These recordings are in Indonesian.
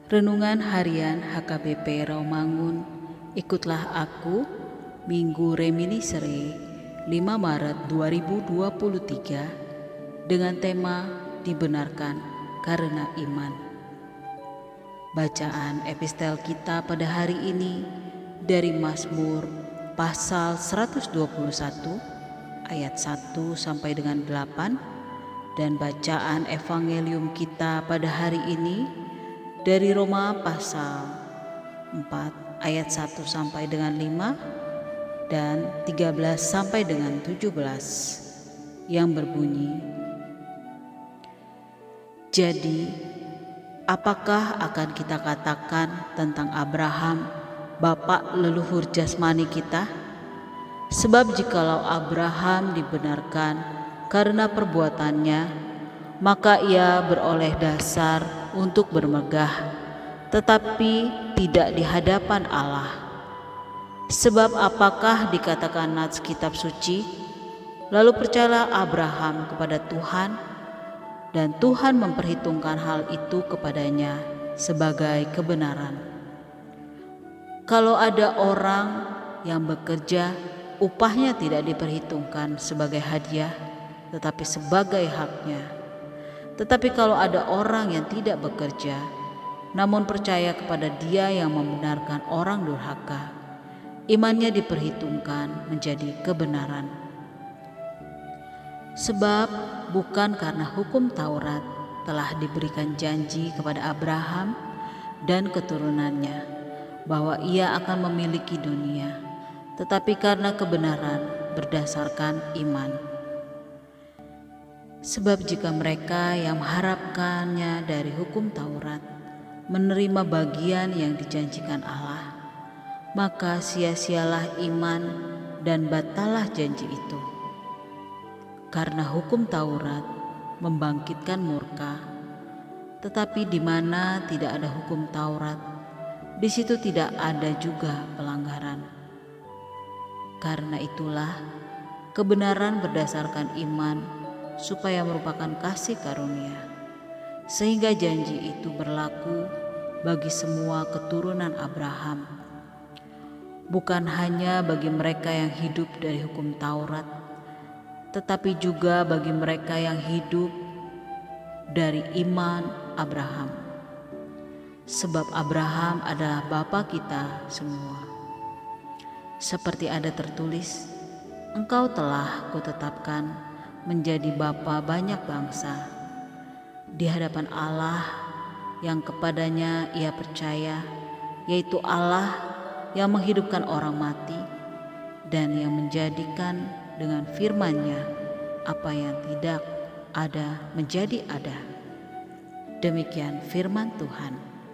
Renungan Harian HKBP Rawamangun. Ikutlah aku, Minggu Reminiscere 5 Maret 2023 dengan tema Dibenarkan karena Iman. Bacaan epistel kita pada hari ini dari Mazmur pasal 121 ayat 1 sampai dengan 8 dan bacaan evangelium kita pada hari ini dari Roma pasal 4 ayat 1 sampai dengan 5 dan 13 sampai dengan 17 yang berbunyi, jadi apakah akan kita katakan tentang Abraham, bapak leluhur jasmani kita? Sebab jikalau Abraham dibenarkan karena perbuatannya, maka ia beroleh dasar untuk bermegah, tetapi tidak di hadapan Allah. Sebab apakah dikatakan nats kitab suci, lalu percayalah Abraham kepada Tuhan, dan Tuhan memperhitungkan hal itu kepadanya sebagai kebenaran. Kalau ada orang yang bekerja, upahnya tidak diperhitungkan sebagai hadiah, tetapi sebagai haknya. Tetapi kalau ada orang yang tidak bekerja, namun percaya kepada Dia yang membenarkan orang durhaka, imannya diperhitungkan menjadi kebenaran. Sebab bukan karena hukum Taurat telah diberikan janji kepada Abraham dan keturunannya bahwa ia akan memiliki dunia, tetapi karena kebenaran berdasarkan iman. Sebab jika mereka yang mengharapkannya dari hukum Taurat menerima bagian yang dijanjikan Allah, maka sia-sialah iman dan batallah janji itu. Karena hukum Taurat membangkitkan murka, tetapi di mana tidak ada hukum Taurat, di situ tidak ada juga pelanggaran. Karena itulah kebenaran berdasarkan iman supaya merupakan kasih karunia, sehingga janji itu berlaku bagi semua keturunan Abraham, bukan hanya bagi mereka yang hidup dari hukum Taurat, tetapi juga bagi mereka yang hidup dari iman Abraham. Sebab Abraham adalah bapa kita semua. Seperti ada tertulis, engkau telah kutetapkan menjadi bapa banyak bangsa di hadapan Allah yang kepadanya ia percaya, yaitu Allah yang menghidupkan orang mati dan yang menjadikan dengan firman-Nya apa yang tidak ada menjadi ada. Demikian firman Tuhan.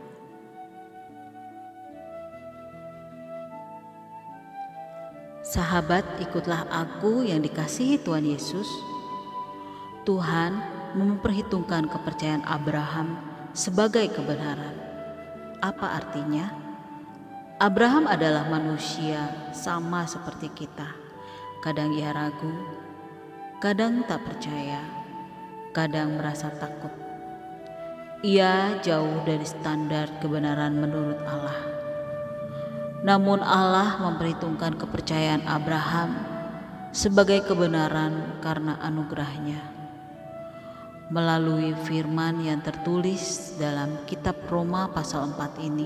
Sahabat, ikutlah aku yang dikasihi Tuhan Yesus. Tuhan memperhitungkan kepercayaan Abraham sebagai kebenaran. Apa artinya? Abraham adalah manusia sama seperti kita. Kadang ia ragu, kadang tak percaya, kadang merasa takut. Ia jauh dari standar kebenaran menurut Allah. Namun Allah memperhitungkan kepercayaan Abraham sebagai kebenaran karena anugerah-Nya. Melalui firman yang tertulis dalam kitab Roma pasal 4 ini,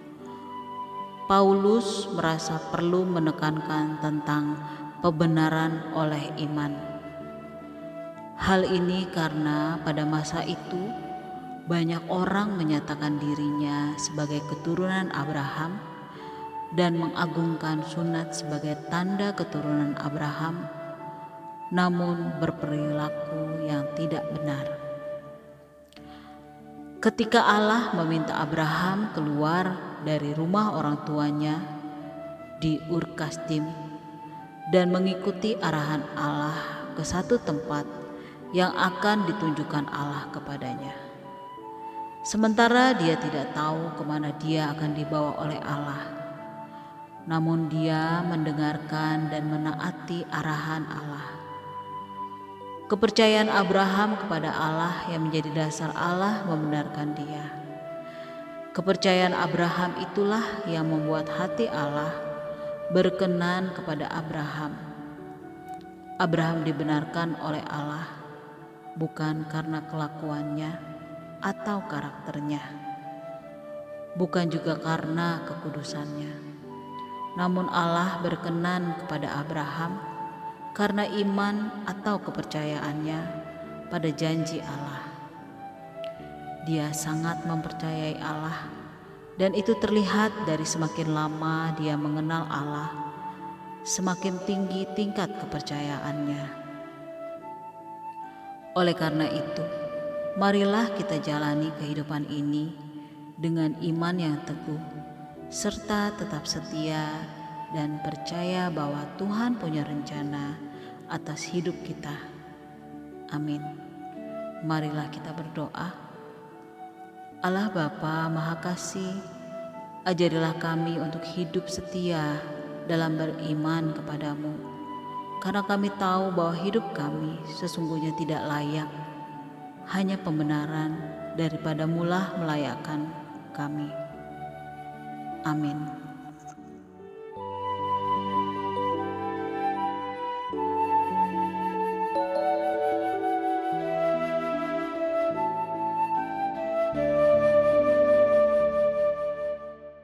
Paulus merasa perlu menekankan tentang pembenaran oleh iman. Hal ini karena pada masa itu banyak orang menyatakan dirinya sebagai keturunan Abraham dan mengagungkan sunat sebagai tanda keturunan Abraham, namun berperilaku yang tidak benar. Ketika Allah meminta Abraham keluar dari rumah orang tuanya di Ur Kasdim dan mengikuti arahan Allah ke satu tempat yang akan ditunjukkan Allah kepadanya, sementara dia tidak tahu kemana dia akan dibawa oleh Allah, namun dia mendengarkan dan menaati arahan Allah. Kepercayaan Abraham kepada Allah yang menjadi dasar Allah membenarkan dia. Kepercayaan Abraham itulah yang membuat hati Allah berkenan kepada Abraham. Abraham dibenarkan oleh Allah bukan karena kelakuannya atau karakternya, bukan juga karena kekudusannya. Namun Allah berkenan kepada Abraham karena iman atau kepercayaannya pada janji Allah. Dia sangat mempercayai Allah, dan itu terlihat dari semakin lama dia mengenal Allah, semakin tinggi tingkat kepercayaannya. Oleh karena itu, marilah kita jalani kehidupan ini dengan iman yang teguh, serta tetap setia dan percaya bahwa Tuhan punya rencana atas hidup kita. Amin. Marilah kita berdoa. Allah Bapa Maha Kasih, ajarilah kami untuk hidup setia dalam beriman kepadamu, karena kami tahu bahwa hidup kami sesungguhnya tidak layak, hanya pembenaran daripada mulah melayakkan kami. Amin.